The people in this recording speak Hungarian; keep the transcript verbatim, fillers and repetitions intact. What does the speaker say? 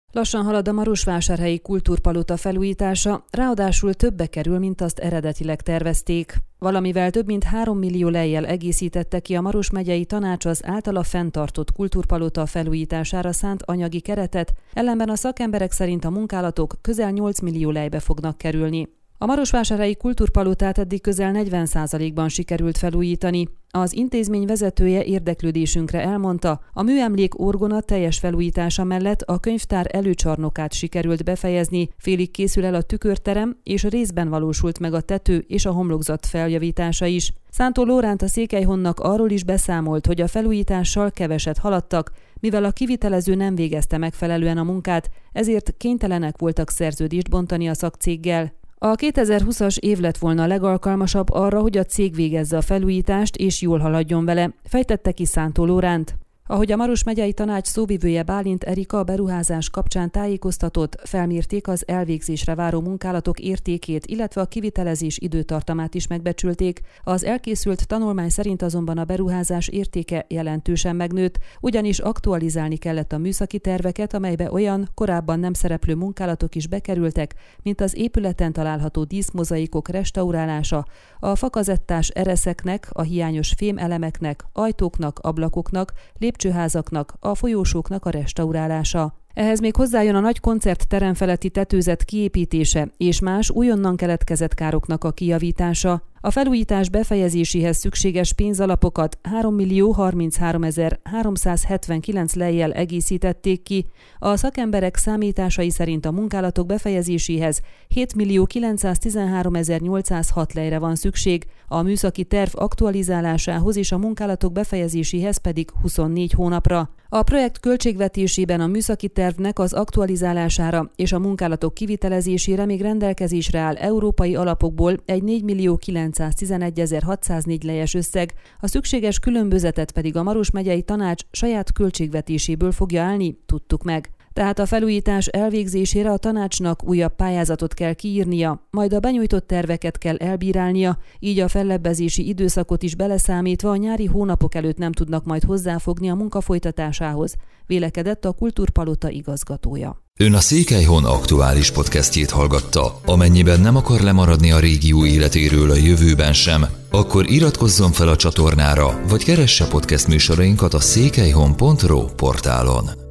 Lassan halad a marosvásárhelyi kultúrpalota felújítása, ráadásul többe kerül, mint azt eredetileg tervezték. Valamivel több mint három millió lejjel egészítette ki a Maros megyei tanács az általa fenntartott kultúrpalota felújítására szánt anyagi keretet, ellenben a szakemberek szerint a munkálatok közel nyolc millió lejbe fognak kerülni. A marosvásárhelyi kultúrpalotát eddig közel negyven százalékban sikerült felújítani. Az intézmény vezetője érdeklődésünkre elmondta, a műemlék orgona teljes felújítása mellett a könyvtár előcsarnokát sikerült befejezni, félig készül el a tükörterem, és részben valósult meg a tető és a homlokzat feljavítása is. Szántó Lóránt a Székelyhonnak arról is beszámolt, hogy a felújítással keveset haladtak, mivel a kivitelező nem végezte megfelelően a munkát, ezért kénytelenek voltak szerződést bontani a szakcéggel. A kétezer-húszas év lett volna a legalkalmasabb arra, hogy a cég végezze a felújítást és jól haladjon vele, fejtette ki Szántó Lóránt. Ahogy a Maros megyei tanács szóvivője Bálint Erika a beruházás kapcsán tájékoztatott, felmérték az elvégzésre váró munkálatok értékét, illetve a kivitelezés időtartamát is megbecsülték. Az elkészült tanulmány szerint azonban a beruházás értéke jelentősen megnőtt, ugyanis aktualizálni kellett a műszaki terveket, amelybe olyan korábban nem szereplő munkálatok is bekerültek, mint az épületen található díszmozaikok restaurálása, a fakazettás ereszeknek, a hiányos fémelemeknek, ajtóknak, ablakoknak, lépcsőházaknak, a folyósóknak a restaurálása. Ehhez még hozzájön a nagy koncertterem feletti tetőzet kiépítése és más újonnan keletkezett károknak a kijavítása. A felújítás befejezéséhez szükséges pénzalapokat három millió harmincháromezer-háromszázhetvenkilenc lejjel egészítették ki. A szakemberek számításai szerint a munkálatok befejezéséhez hét millió kilencszáztizenháromezer-nyolcszázhat lejre van szükség, a műszaki terv aktualizálásához és a munkálatok befejezéséhez pedig huszonnégy hónapra. A projekt költségvetésében a műszaki tervnek az aktualizálására és a munkálatok kivitelezésére még rendelkezésre áll európai alapokból egy négy millió kilencszáztizenegyezer-hatszáznégy lejes összeg, a szükséges különbözetet pedig a Maros megyei tanács saját költségvetéséből fogja állni, tudtuk meg. Tehát a felújítás elvégzésére a tanácsnak újabb pályázatot kell kiírnia, majd a benyújtott terveket kell elbírálnia, így a fellebbezési időszakot is beleszámítva a nyári hónapok előtt nem tudnak majd hozzáfogni a munka folytatásához, vélekedett a Kultúrpalota igazgatója. Ön a Székelyhon aktuális podcastjét hallgatta. Amennyiben nem akar lemaradni a régió életéről a jövőben sem, akkor iratkozzon fel a csatornára, vagy keresse podcast műsorainkat a székelyhon pont ro portálon.